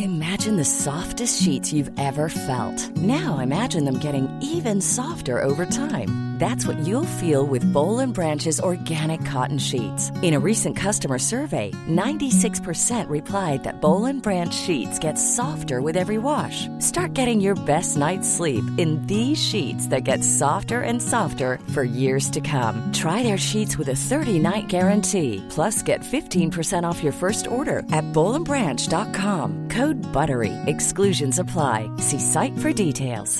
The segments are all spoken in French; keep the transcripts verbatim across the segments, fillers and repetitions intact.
Imagine the softest sheets you've ever felt. Now imagine them getting even softer over time. That's what you'll feel with Boll and Branch's organic cotton sheets. In a recent customer survey, ninety-six percent replied that Boll and Branch sheets get softer with every wash. Start getting your best night's sleep in these sheets that get softer and softer for years to come. Try their sheets with a thirty-night guarantee. Plus, get fifteen percent off your first order at boll and branch dot com. Code BUTTERY. Exclusions apply. See site for details.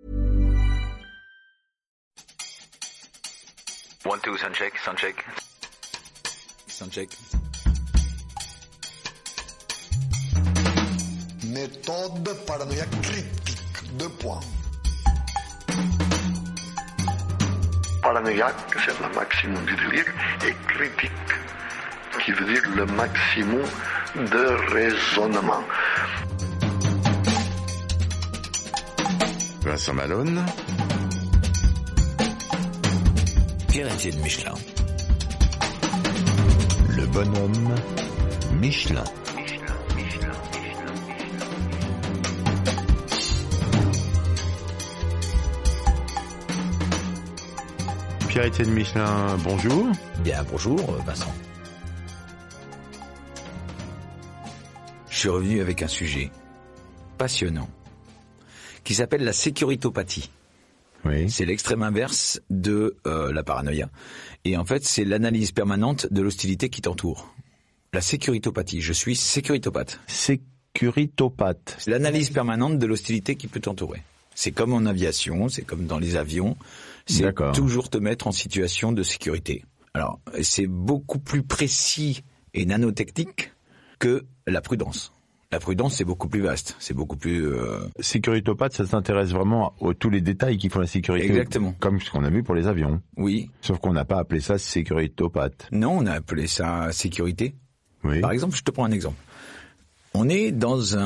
One, two, sound check, sound check. Sound check. Méthode paranoïaque critique. Deux points. Paranoïaque, c'est le maximum du délire, et critique, qui veut dire le maximum de raisonnement. Vincent Malone. Pierre-Étienne Michelin. Le bonhomme Michelin. Michelin, Michelin, Michelin, Michelin. Pierre-Étienne Michelin, bonjour. Bien, bonjour Vincent. Je suis revenu avec un sujet passionnant qui s'appelle la sécuritopathie. Oui. C'est l'extrême inverse de euh, la paranoïa. Et en fait, c'est l'analyse permanente de l'hostilité qui t'entoure. La sécuritopathie. Je suis sécuritopathe. Sécuritopathe. C'est l'analyse permanente de l'hostilité qui peut t'entourer. C'est comme en aviation, c'est comme dans les avions. C'est D'accord. Toujours te mettre en situation de sécurité. Alors, c'est beaucoup plus précis et nanotechnique que la prudence. La prudence, c'est beaucoup plus vaste, c'est beaucoup plus... Euh... Sécuritopathe, ça s'intéresse vraiment à tous les détails qui font la sécurité. Exactement. Comme ce qu'on a vu pour les avions. Oui. Sauf qu'on n'a pas appelé ça sécuritopathe. Non, on a appelé ça sécurité. Oui. Par exemple, je te prends un exemple. On est dans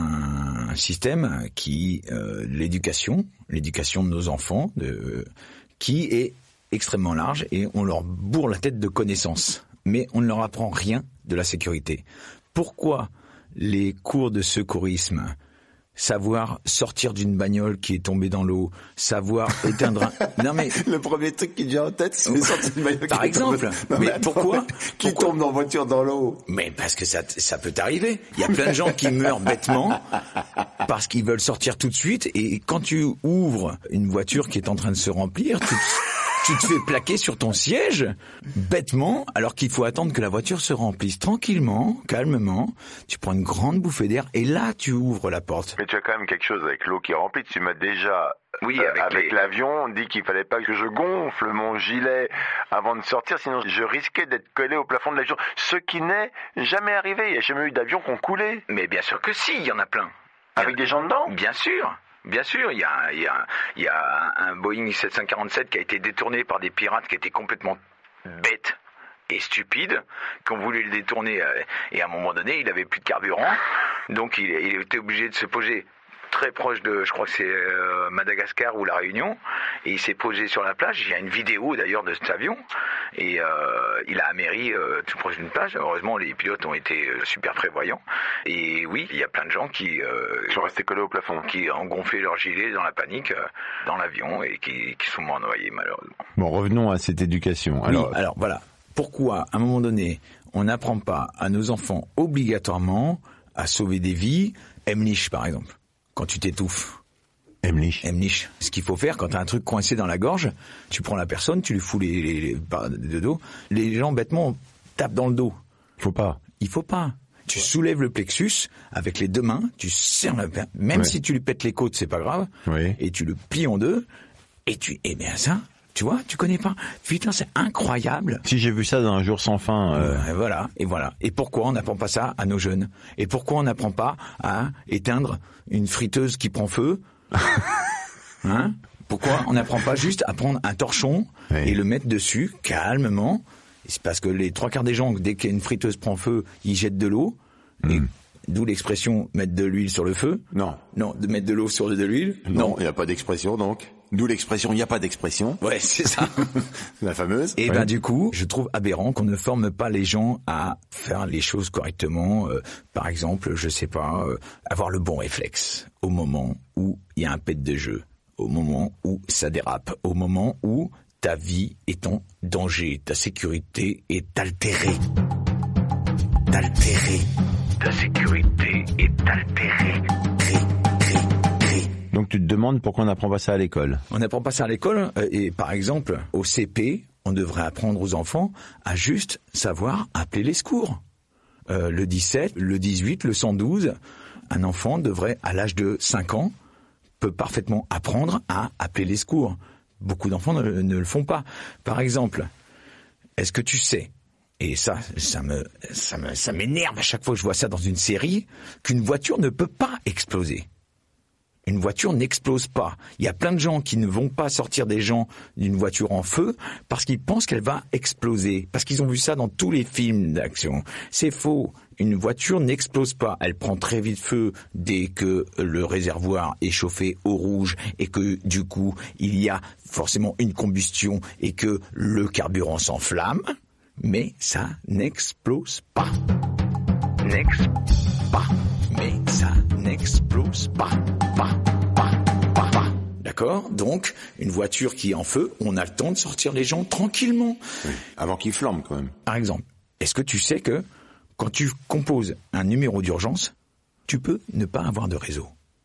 un système qui... Euh, l'éducation, l'éducation de nos enfants, de, qui est extrêmement large et on leur bourre la tête de connaissances. Mais on ne leur apprend rien de la sécurité. Pourquoi les cours de secourisme, savoir sortir d'une bagnole qui est tombée dans l'eau, savoir éteindre un... Non mais le premier truc qui vient en tête, c'est sortir d'une bagnole. Par exemple. Non, mais, mais pourquoi Qui pourquoi tombe en voiture dans l'eau. Mais parce que ça, ça peut t'arriver. Il y a plein de gens qui meurent bêtement parce qu'ils veulent sortir tout de suite. Et quand tu ouvres une voiture qui est en train de se remplir, tu tu te fais plaquer sur ton siège, bêtement, alors qu'il faut attendre que la voiture se remplisse tranquillement, calmement. Tu prends une grande bouffée d'air et là, tu ouvres la porte. Mais tu as quand même quelque chose avec l'eau qui est remplie. Tu m'as déjà... Oui, euh, avec, avec les... l'avion, on dit qu'il fallait pas que je gonfle mon gilet avant de sortir, sinon je risquais d'être collé au plafond de l'avion. Ce qui n'est jamais arrivé. Il n'y a jamais eu d'avion qui ont coulé. Mais bien sûr que si, il y en a plein. Avec des gens dedans ? Bien sûr. Bien sûr, il y a, il y a, il y a un Boeing sept cent quarante-sept qui a été détourné par des pirates qui étaient complètement bêtes et stupides, qui ont voulu le détourner, et à un moment donné, il avait plus de carburant, donc il, il était obligé de se poser très proche de, je crois que c'est euh, Madagascar ou La Réunion, et il s'est posé sur la plage. Il y a une vidéo d'ailleurs de cet avion, et euh, il a améri euh, tout proche d'une plage. Heureusement, les pilotes ont été euh, super prévoyants, et oui, il y a plein de gens qui euh, sont restés collés au plafond, qui ont gonflé leur gilet dans la panique euh, dans l'avion et qui, qui sont morts noyés malheureusement. Bon, revenons à cette éducation. Alors, oui, alors voilà. Pourquoi, à un moment donné, on n'apprend pas à nos enfants obligatoirement à sauver des vies? Emlich, par exemple. Quand tu t'étouffes. Emlich. Emlich. Ce qu'il faut faire quand t'as un truc coincé dans la gorge, tu prends la personne, tu lui fous les, les, les par de dos. Les gens bêtement tapent dans le dos. Il faut pas. Il faut pas. Tu ouais. soulèves le plexus avec les deux mains, tu serres la même ouais. si tu lui pètes les côtes, c'est pas grave. Oui. Et tu le plies en deux et tu eh bien ça, tu vois, tu connais pas. Putain, c'est incroyable. Si j'ai vu ça dans Un jour sans fin. Euh... Euh, et voilà, et voilà. Et pourquoi on n'apprend pas ça à nos jeunes? Et pourquoi on n'apprend pas à éteindre une friteuse qui prend feu? Hein? Pourquoi on n'apprend pas juste à prendre un torchon oui. et le mettre dessus calmement? C'est parce que les trois quarts des gens, dès qu'une friteuse prend feu, ils jettent de l'eau. Mm. Et d'où l'expression mettre de l'huile sur le feu. Non. Non, de mettre de l'eau sur de l'huile. Non, il n'y a pas d'expression donc. D'où l'expression, il n'y a pas d'expression. Ouais, c'est ça. La fameuse. Et ouais. ben du coup, je trouve aberrant qu'on ne forme pas les gens à faire les choses correctement. Euh, par exemple, je sais pas, euh, avoir le bon réflexe au moment où il y a un pet de jeu, au moment où ça dérape, au moment où ta vie est en danger, ta sécurité est altérée. Altérée. Ta sécurité est altérée. Donc tu te demandes pourquoi on n'apprend pas ça à l'école. On n'apprend pas ça à l'école euh, et par exemple au C P, on devrait apprendre aux enfants à juste savoir appeler les secours. Euh, le dix-sept, le dix-huit, le cent douze, un enfant devrait à l'âge de cinq ans peut parfaitement apprendre à appeler les secours. Beaucoup d'enfants ne, ne le font pas. Par exemple, est-ce que tu sais, et ça, ça me, ça me, ça m'énerve à chaque fois que je vois ça dans une série, qu'une voiture ne peut pas exploser. Une voiture n'explose pas. Il y a plein de gens qui ne vont pas sortir des gens d'une voiture en feu parce qu'ils pensent qu'elle va exploser, parce qu'ils ont vu ça dans tous les films d'action. C'est faux. Une voiture n'explose pas. Elle prend très vite feu dès que le réservoir est chauffé au rouge et que du coup il y a forcément une combustion et que le carburant s'enflamme, mais ça n'explose pas. N'explose pas. Mais ça n'explose pas. Pas, pas, pas, pas. D'accord ? Donc, une voiture qui est en feu, on a le temps de sortir les gens tranquillement. Oui, avant qu'ils flambent quand même. Par exemple, est-ce que tu sais que quand tu composes un numéro d'urgence, tu peux ne pas avoir de réseau ?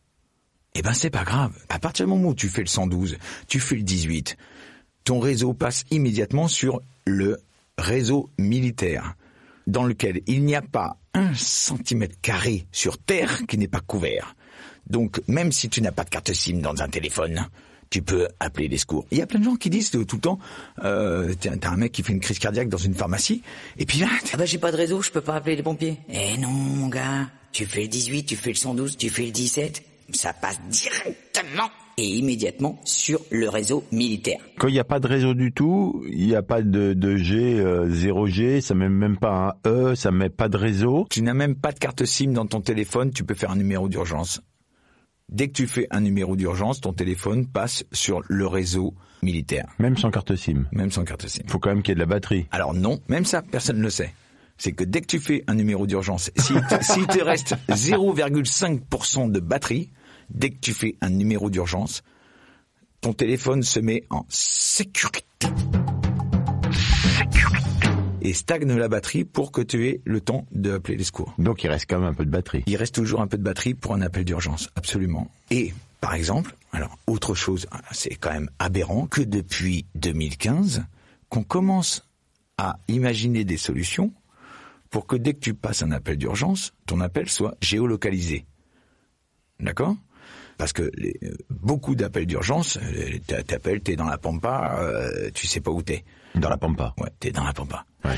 Eh ben, c'est pas grave. À partir du moment où tu fais le cent douze, tu fais le dix-huit, ton réseau passe immédiatement sur le réseau militaire, dans lequel il n'y a pas un centimètre carré sur Terre qui n'est pas couvert. Donc, même si tu n'as pas de carte SIM dans un téléphone, tu peux appeler les secours. Il y a plein de gens qui disent tout le temps, euh, t'as un mec qui fait une crise cardiaque dans une pharmacie, et puis là... Ah bah j'ai pas de réseau, je peux pas appeler les pompiers. Eh non, mon gars, tu fais le dix-huit, tu fais le cent douze, tu fais le dix-sept, ça passe directement et immédiatement sur le réseau militaire. Quand il n'y a pas de réseau du tout, il n'y a pas de, de G, euh, zéro G, ça met même pas un E, ça met pas de réseau. Tu n'as même pas de carte SIM dans ton téléphone, tu peux faire un numéro d'urgence. Dès que tu fais un numéro d'urgence, ton téléphone passe sur le réseau militaire. Même sans carte SIM. Même sans carte SIM. Il faut quand même qu'il y ait de la batterie. Alors non, même ça, personne ne le sait. C'est que dès que tu fais un numéro d'urgence, s'il te, s'il te reste zéro virgule cinq pour cent de batterie, dès que tu fais un numéro d'urgence, ton téléphone se met en sécurité. Sécurité. Et stagne la batterie pour que tu aies le temps d'appeler les secours. Donc il reste quand même un peu de batterie. Il reste toujours un peu de batterie pour un appel d'urgence, absolument. Et, par exemple, alors autre chose, c'est quand même aberrant que depuis deux mille quinze, qu'on commence à imaginer des solutions pour que dès que tu passes un appel d'urgence, ton appel soit géolocalisé. D'accord ? Parce que les, beaucoup d'appels d'urgence, t'appelles, t'es dans la pampa, euh, tu sais pas où t'es. Dans la pampa. Ouais, t'es dans la pampa. Ouais.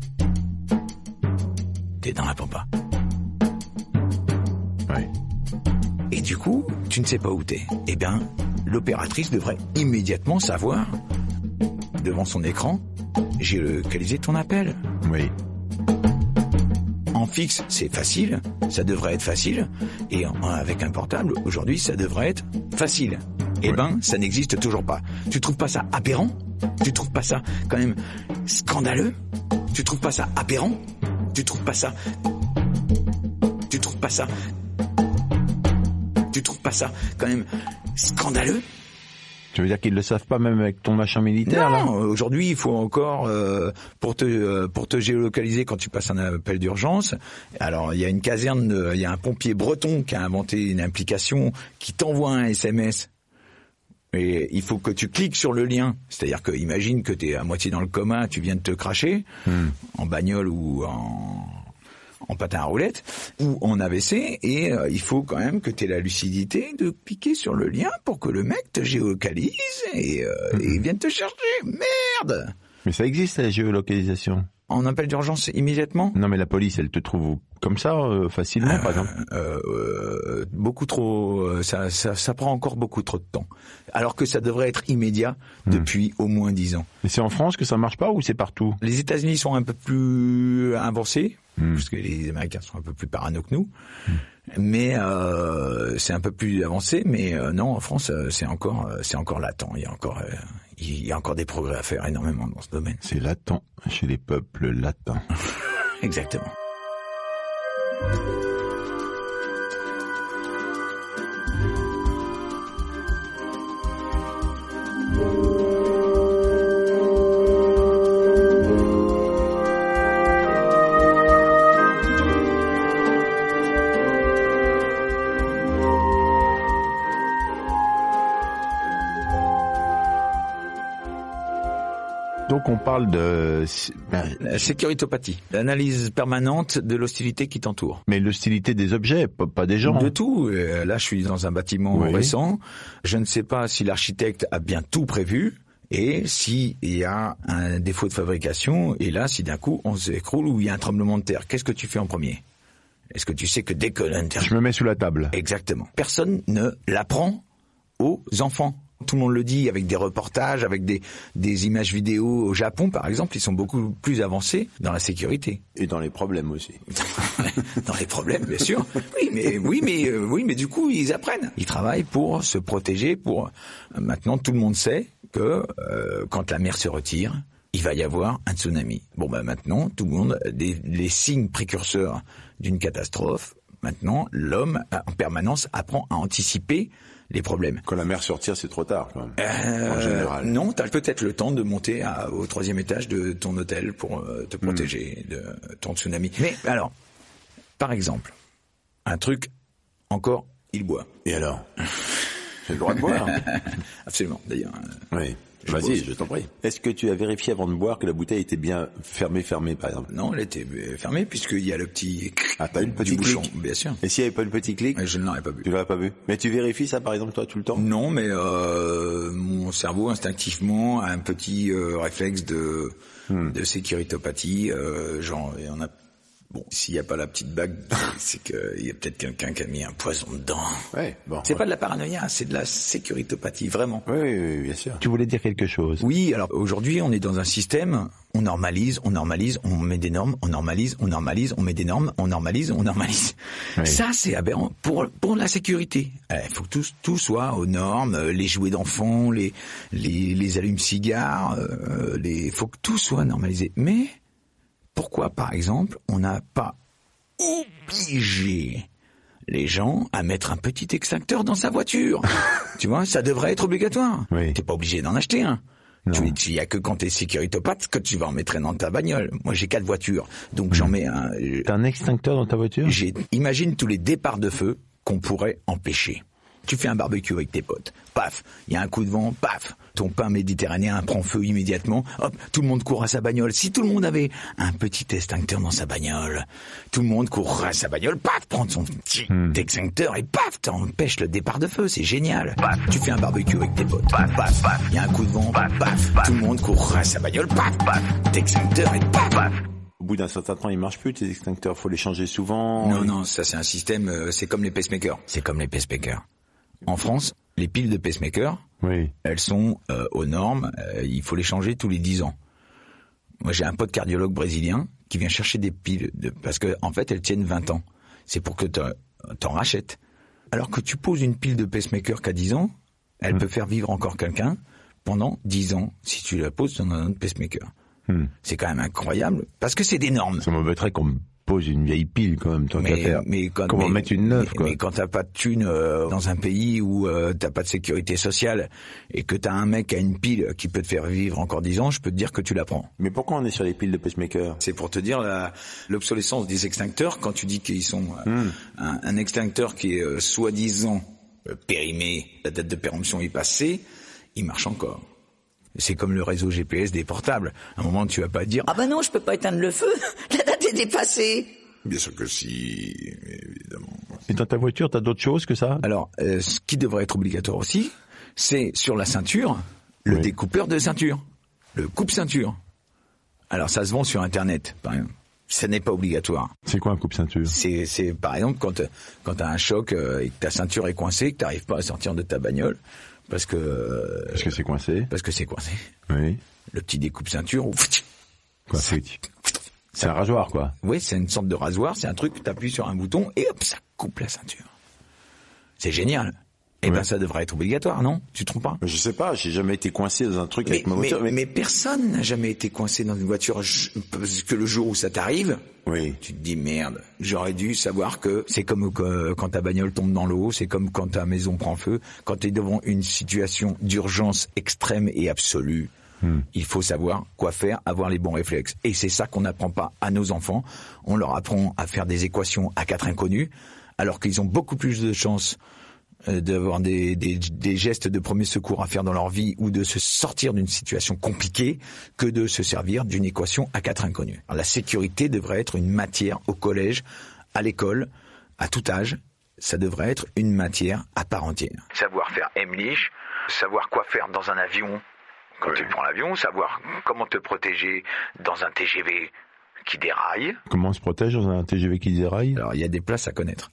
T'es dans la pampa. Ouais. Et du coup, tu ne sais pas où t'es. Eh bien, l'opératrice devrait immédiatement savoir, devant son écran, géolocaliser ton appel. Oui. En fixe, c'est facile, ça devrait être facile, et en, avec un portable, aujourd'hui, ça devrait être facile. Eh ouais. ben, ça n'existe toujours pas. Tu trouves pas ça aberrant ? Tu trouves pas ça quand même scandaleux ? Tu trouves pas ça aberrant ? Tu trouves pas ça... Tu trouves pas ça... Tu trouves pas ça quand même scandaleux ? Tu veux dire qu'ils le savent pas même avec ton machin militaire, là ? Non, aujourd'hui, il faut encore euh, pour te euh, pour te géolocaliser quand tu passes un appel d'urgence. Alors, il y a une caserne, de, il y a un pompier breton qui a inventé une application qui t'envoie un S M S. Et il faut que tu cliques sur le lien. C'est-à-dire que imagine que tu es à moitié dans le coma, tu viens de te cracher hmm. en bagnole ou en en patin à roulettes ou en A V C, et euh, il faut quand même que tu aies la lucidité de cliquer sur le lien pour que le mec te géolocalise et, euh, mmh. et vienne te chercher. Merde! Mais ça existe, la géolocalisation. En appel d'urgence immédiatement ? Non, mais la police, elle te trouve comme ça, euh, facilement, euh, par exemple euh, euh, Beaucoup trop... Euh, ça, ça, ça prend encore beaucoup trop de temps. Alors que ça devrait être immédiat depuis mmh. au moins dix ans. Mais c'est en France que ça marche pas ou c'est partout ? Les États-Unis sont un peu plus avancés. mmh. parce que les Américains sont un peu plus parano que nous. Mmh. Mais euh, c'est un peu plus avancé. Mais euh, non, en France, euh, c'est encore, euh, c'est encore latent. Il y a encore, euh, il y a encore des progrès à faire, énormément dans ce domaine. C'est latent chez les peuples latins. Exactement. Donc on parle de ben, la sécuritopathie, l'analyse permanente de l'hostilité qui t'entoure. Mais l'hostilité des objets, pas des gens. De tout. Là, je suis dans un bâtiment oui. récent. Je ne sais pas si l'architecte a bien tout prévu et s'il y a un défaut de fabrication. Et là, si d'un coup on s'écroule ou il y a un tremblement de terre, qu'est-ce que tu fais en premier ? Est-ce que tu sais que dès que l'inter... Je me mets sous la table. Exactement. Personne ne l'apprend aux enfants. Tout le monde le dit avec des reportages, avec des, des images vidéo. Au Japon, par exemple, ils sont beaucoup plus avancés dans la sécurité. Et dans les problèmes aussi. Dans les problèmes, bien sûr. Oui, mais oui, mais euh, oui, mais du coup, ils apprennent. Ils travaillent pour se protéger. Pour maintenant, tout le monde sait que euh, quand la mer se retire, il va y avoir un tsunami. Bon, ben maintenant, tout le monde, des, les signes précurseurs d'une catastrophe. Maintenant, l'homme en permanence apprend à anticiper les problèmes. Quand la mer se retire, c'est trop tard, quand même. Euh, en général. Non, t'as peut-être le temps de monter à, au troisième étage de ton hôtel pour euh, te protéger mmh. de ton tsunami. Mais alors, par exemple, un truc encore, il boit. Et alors ? J'ai le droit de boire. Absolument, d'ailleurs. Oui. Vas-y, je t'en prie. Est-ce que tu as vérifié avant de boire que la bouteille était bien fermée, fermée, par exemple ? Non, elle était fermée puisqu'il y a le petit ah, t'as une petite bouchon, clic. Bien sûr. Et s'il n'y avait pas une petite clic ? Je ne l'aurais pas vu. Tu l'aurais pas vu. Mais tu vérifies ça, par exemple, toi, tout le temps ? Non, mais euh, mon cerveau, instinctivement, a un petit euh, réflexe de, hmm. de sécuritopathie. Euh, genre, il y en a... Bon, s'il n'y a pas la petite bague, c'est qu'il y a peut-être quelqu'un qui a mis un poison dedans. Ouais, bon. C'est ouais. pas de la paranoïa, c'est de la sécuritopathie, vraiment. Oui, oui, oui, bien sûr. Tu voulais dire quelque chose ? Oui, alors aujourd'hui, on est dans un système, on normalise, on normalise, on met des normes, on normalise, on normalise, on met des normes, on normalise, on normalise. Oui. Ça, c'est aberrant pour pour la sécurité. Il faut que tout, tout soit aux normes, les jouets d'enfants, les les, les allumes-cigares, euh, les, faut que tout soit normalisé. Mais pourquoi, par exemple, on n'a pas obligé les gens à mettre un petit extincteur dans sa voiture ? Tu vois, ça devrait être obligatoire. Oui. T'es pas obligé d'en acheter un. Tu, il y a que quand t'es sécuritopathe que tu vas en mettre un dans ta bagnole. Moi, j'ai quatre voitures, donc j'en mets un. T'as un extincteur dans ta voiture ? J'ai, imagine tous les départs de feu qu'on pourrait empêcher. Tu fais un barbecue avec tes potes, paf, il y a un coup de vent, paf, ton pain méditerranéen prend feu immédiatement, hop, tout le monde court à sa bagnole. Si tout le monde avait un petit extincteur dans sa bagnole, tout le monde courrait à sa bagnole, paf, prendre son petit hmm. extincteur et paf, t'empêches le départ de feu, c'est génial. Paf, tu fais un barbecue avec tes potes, paf, paf, paf, il y a un coup de vent, paf, paf, paf, tout le monde court à sa bagnole, paf, paf, t'extincteur et paf, paf. Au bout d'un certain temps, ils marchent plus, tes extincteurs, faut les changer souvent. Non, non, ça c'est un système, euh, c'est comme les pacemakers. C'est comme les pacemakers. En France, les piles de pacemaker, oui. elles sont euh, aux normes, euh, il faut les changer tous les dix ans. Moi, j'ai un pote cardiologue brésilien qui vient chercher des piles, de, parce que en fait, elles tiennent vingt ans. C'est pour que t'en rachètes. Alors que tu poses une pile de pacemaker qu'à dix ans, elle mmh. peut faire vivre encore quelqu'un pendant dix ans, si tu la poses dans un autre pacemaker. Mmh. C'est quand même incroyable, parce que c'est des normes. Ça m'embêterait qu'on me pose une vieille pile quand même, tant qu'à faire. Mais quand, Comment mais, mettre une neuve, mais, quoi. Mais quand t'as pas de thune euh, dans un pays où euh, t'as pas de sécurité sociale et que t'as un mec qui a une pile qui peut te faire vivre encore dix ans, je peux te dire que tu la prends. Mais pourquoi on est sur les piles de pacemaker ? C'est pour te dire la, l'obsolescence des extincteurs. Quand tu dis qu'ils sont euh, mm. un, un extincteur qui est euh, soi-disant euh, périmé, la date de péremption est passée, il marche encore. C'est comme le réseau G P S des portables. À un moment, tu vas pas dire « Ah ben non, je peux pas éteindre le feu, la date est dépassée !» Bien sûr que si, évidemment. Et dans ta voiture, t'as d'autres choses que ça ? Alors, euh, ce qui devrait être obligatoire aussi, c'est sur la ceinture, le oui. découpeur de ceinture, le coupe-ceinture. Alors, ça se vend sur Internet, par exemple. Ça n'est pas obligatoire. C'est quoi un coupe-ceinture ? C'est, c'est par exemple, quand, quand t'as un choc euh, et que ta ceinture est coincée, que t'arrives pas à sortir de ta bagnole, parce que... Euh, parce que c'est coincé. Parce que c'est coincé. Oui. Le petit découpe-ceinture, ou... Quoi, ça, C'est un rasoir, quoi. Oui, c'est une sorte de rasoir, c'est un truc, tu appuies sur un bouton et hop, ça coupe la ceinture. C'est génial. Eh ouais. Ben, ça devrait être obligatoire, non? Tu te trompes pas? Je sais pas, j'ai jamais été coincé dans un truc mais, avec ma voiture. Mais, mais... mais personne n'a jamais été coincé dans une voiture, parce que le jour où ça t'arrive, oui. tu te dis merde, j'aurais dû savoir que c'est comme quand ta bagnole tombe dans l'eau, c'est comme quand ta maison prend feu, quand tu es devant une situation d'urgence extrême et absolue. Hmm. Il faut savoir quoi faire, avoir les bons réflexes. Et c'est ça qu'on n'apprend pas à nos enfants. On leur apprend à faire des équations à quatre inconnus, alors qu'ils ont beaucoup plus de chances d'avoir des, des, des gestes de premier secours à faire dans leur vie ou de se sortir d'une situation compliquée que de se servir d'une équation à quatre inconnus. Alors, la sécurité devrait être une matière au collège, à l'école, à tout âge. Ça devrait être une matière à part entière. Savoir faire Heimlich, savoir quoi faire dans un avion quand oui. tu prends l'avion, savoir comment te protéger dans un T G V qui déraille. Comment on se protège dans un T G V qui déraille? Alors, il y a des places à connaître.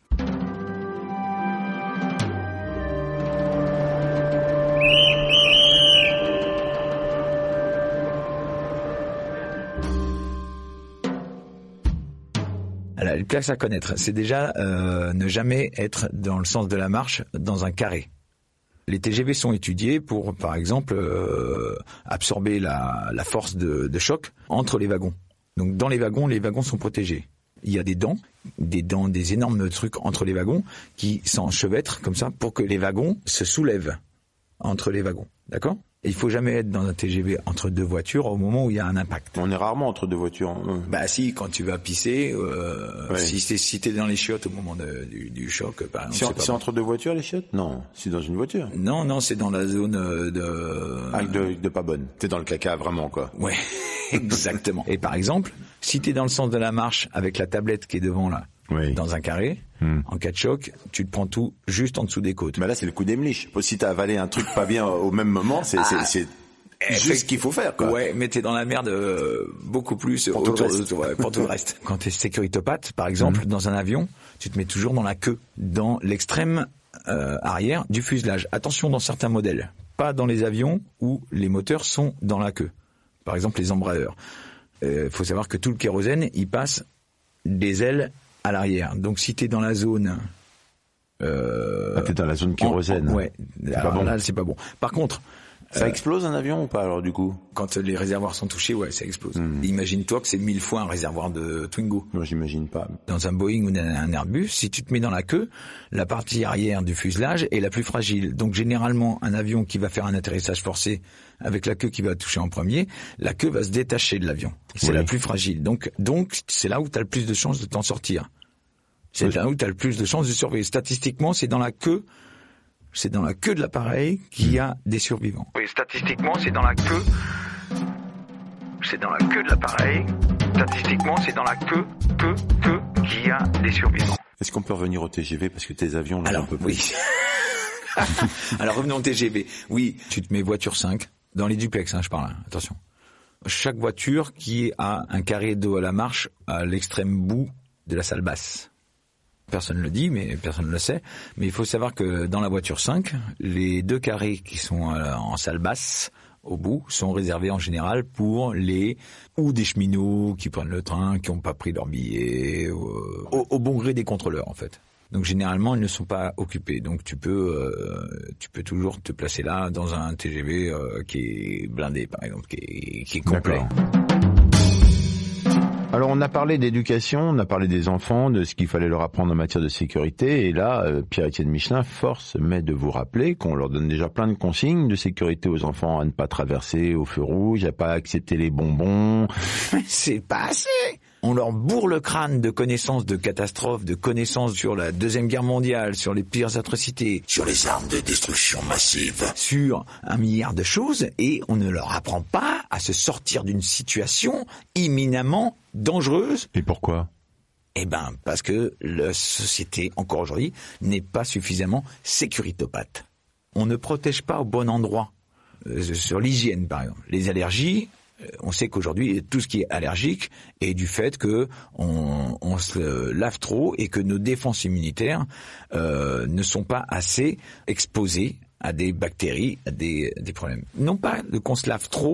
Alors, les places à connaître, c'est déjà euh, ne jamais être dans le sens de la marche dans un carré. Les T G V sont étudiés pour, par exemple, euh, absorber la, la force de, de choc entre les wagons. Donc dans les wagons, les wagons sont protégés. Il y a des dents, des dents, des énormes trucs entre les wagons qui s'enchevêtrent comme ça pour que les wagons se soulèvent entre les wagons. D'accord ? Et il faut jamais être dans un T G V entre deux voitures au moment où il y a un impact. On est rarement entre deux voitures. Bah si, quand tu vas pisser, euh, ouais. si t'es si t'es dans les chiottes au moment de, du, du choc, par exemple. C'est, c'est, c'est entre deux voitures les chiottes? Non, c'est dans une voiture. Non, non, c'est dans la zone de. Ah, de, de pas bonne. T'es dans le caca vraiment quoi. Ouais, exactement. Et par exemple, si t'es dans le sens de la marche avec la tablette qui est devant là, oui. dans un carré. Hmm. En cas de choc, tu te prends tout juste en dessous des côtes. Mais là, c'est le coup d'Heimlich. Si t'as avalé un truc pas bien au même moment, c'est, ah, c'est, c'est juste ce qu'il faut faire, quoi. Ouais, mais t'es dans la merde euh, beaucoup plus pour autour tout, de, ouais, pour tout le reste. Quand t'es sécuritopathe, par exemple, hmm. dans un avion, tu te mets toujours dans la queue, dans l'extrême euh, arrière du fuselage. Attention dans certains modèles, pas dans les avions où les moteurs sont dans la queue. Par exemple, les embrayeurs. Il euh, faut savoir que tout le kérosène, il passe des ailes à l'arrière. Donc si t'es dans la zone, euh, ah, t'es dans la zone kérosène. En, en, ouais. C'est alors, pas bon. Là, c'est pas bon. Par contre, ça euh, explose un avion ou pas alors du coup? Quand les réservoirs sont touchés, ouais, ça explose. Mmh. Imagine-toi que c'est mille fois un réservoir de Twingo. Moi, j'imagine pas. Dans un Boeing ou un Airbus, si tu te mets dans la queue, la partie arrière du fuselage est la plus fragile. Donc généralement, un avion qui va faire un atterrissage forcé avec la queue qui va toucher en premier, la queue va se détacher de l'avion. C'est oui. la plus fragile. Donc, donc, c'est là où tu as le plus de chances de t'en sortir. C'est oui. là où tu as le plus de chances de survivre. Statistiquement, c'est dans la queue, c'est dans la queue de l'appareil qu'il y a des survivants. Oui, statistiquement, c'est dans la queue, c'est dans la queue de l'appareil. Statistiquement, c'est dans la queue, queue, queue qu'il y a des survivants. Est-ce qu'on peut revenir au T G V parce que tes avions, là, alors, on peut oui. Alors revenons au T G V. Oui, tu te mets voiture cinq, dans les duplex, hein, je parle, hein, attention. Chaque voiture qui a un carré d'eau à la marche à l'extrême bout de la salle basse. Personne ne le dit, mais personne ne le sait. Mais il faut savoir que dans la voiture cinq, les deux carrés qui sont en salle basse, au bout, sont réservés en général pour les ou des cheminots qui prennent le train, qui n'ont pas pris leur billet, au, au, au bon gré des contrôleurs en fait. Donc généralement, ils ne sont pas occupés. Donc tu peux, euh, tu peux toujours te placer là dans un T G V euh, qui est blindé, par exemple, qui est, qui est complet. D'accord. Alors on a parlé d'éducation, on a parlé des enfants, de ce qu'il fallait leur apprendre en matière de sécurité. Et là, euh, Pierre-Étienne Michelin force mais de vous rappeler qu'on leur donne déjà plein de consignes de sécurité aux enfants, à ne pas traverser au feu rouge, à pas accepter les bonbons. C'est pas assez. On leur bourre le crâne de connaissances de catastrophes, de connaissances sur la Deuxième Guerre mondiale, sur les pires atrocités, sur les armes de destruction massive, sur un milliard de choses, et on ne leur apprend pas à se sortir d'une situation imminemment dangereuse. Et pourquoi ? Eh ben, parce que la société, encore aujourd'hui, n'est pas suffisamment sécuritopathe. On ne protège pas au bon endroit. Euh, sur l'hygiène, par exemple. Les allergies, on sait qu'aujourd'hui, tout ce qui est allergique est du fait que on, on se lave trop et que nos défenses immunitaires euh, ne sont pas assez exposées à des bactéries, à des, des problèmes. Non pas qu'on se lave trop,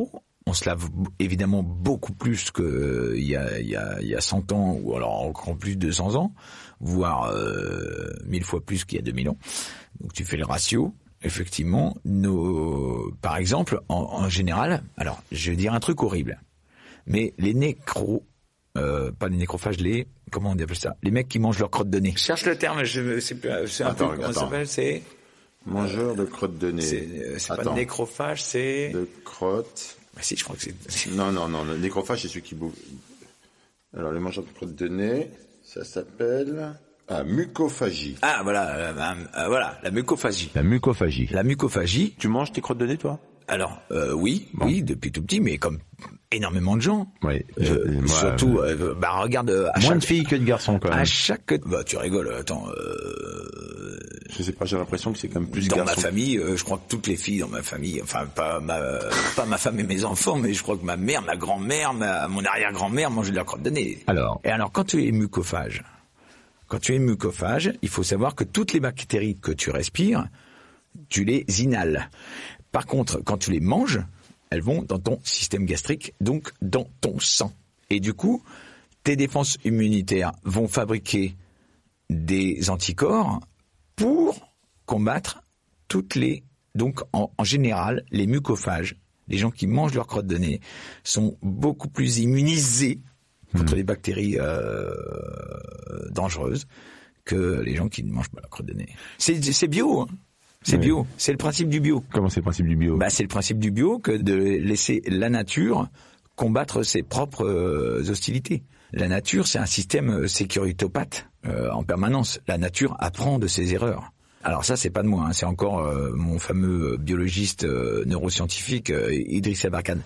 on se lave évidemment beaucoup plus qu'il euh, y a, il y a, il y a cent ans, ou alors encore plus de deux cents ans, voire euh, mille fois plus qu'il y a deux mille ans. Donc tu fais le ratio. Effectivement, nos, par exemple, en, en général, alors je vais dire un truc horrible, mais les nécros, euh, pas les nécrophages, les, comment on appelle ça, les mecs qui mangent leur crotte de nez. Je cherche le terme, je sais plus, c'est un attends, peu, comment attends. ça s'appelle, c'est Mangeur de crotte de nez. C'est, c'est pas nécrophage, c'est de crotte. Bah si, je crois que c'est. Non, non, non, le nécrophage c'est celui qui bouffe. Alors les mangeurs de crotte de nez, ça s'appelle ah mucophagie. Ah voilà, euh, euh, voilà, la mucophagie. La mucophagie. La mucophagie. Tu manges tes crottes de nez, toi? Alors euh, oui, bon. oui, depuis tout petit, mais comme énormément de gens. Oui. Euh, moi, surtout, euh, euh, bah regarde. À moins chaque, de filles que de garçons quand même. À chaque, bah tu rigoles. Attends. Euh, Je sais pas, j'ai l'impression que c'est quand même plus dans garçon. ma famille, euh, je crois que toutes les filles dans ma famille, enfin pas ma, pas ma femme et mes enfants, mais je crois que ma mère, ma grand-mère, ma, mon arrière-grand-mère mangeaient de la crotte de nez. Alors. Et alors, quand tu es mucophage, quand tu es mucophage, il faut savoir que toutes les bactéries que tu respires, tu les inhales. Par contre, quand tu les manges, elles vont dans ton système gastrique, donc dans ton sang. Et du coup, tes défenses immunitaires vont fabriquer des anticorps pour combattre toutes les... Donc, en, en général, les mucophages, les gens qui mangent leur crotte de nez, sont beaucoup plus immunisés contre mmh. les bactéries euh, dangereuses que les gens qui ne mangent pas la crotte de nez. C'est, c'est bio, hein. C'est oui. bio. C'est le principe du bio. Comment c'est le principe du bio? Bah, c'est le principe du bio que de laisser la nature combattre ses propres euh, hostilités. La nature, c'est un système sécuritopathe euh, en permanence. La nature apprend de ses erreurs. Alors ça, c'est pas de moi, hein, c'est encore euh, mon fameux biologiste euh, neuroscientifique euh, Idriss Aberkan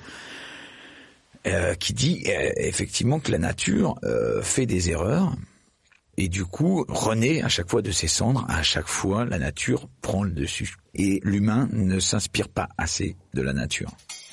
euh, qui dit euh, effectivement que la nature euh, fait des erreurs. Et du coup, renaît à chaque fois de ses cendres, à chaque fois, la nature prend le dessus. Et l'humain ne s'inspire pas assez de la nature.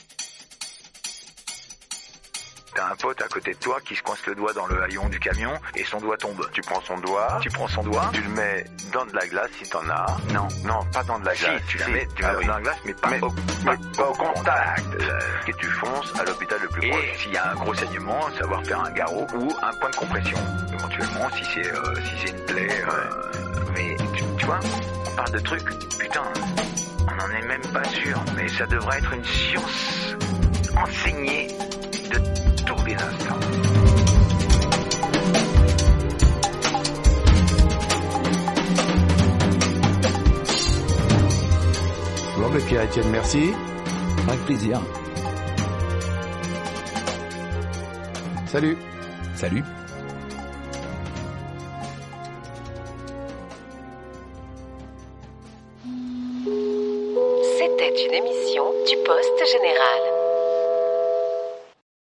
T'as un pote à côté de toi qui se coince le doigt dans le haillon du camion et son doigt tombe. Tu prends son doigt, tu prends son doigt, tu le mets dans de la glace si t'en as. Non, non, pas dans de la glace. Si, tu si. la mets, tu ah, mets oui. dans la glace, mais pas mais, au, mais pas au contact. Et tu fonces à l'hôpital le plus et proche. Et s'il y a un gros saignement, savoir faire un garrot ou un point de compression. Éventuellement, si c'est euh, si c'est une plaie. Euh, mais tu, tu vois, on parle de trucs. Putain, on n'en est même pas sûr. Mais ça devrait être une science enseignée de tous les instants. Bon, ben Pierre-Étienne, merci. Avec plaisir. Salut. Salut.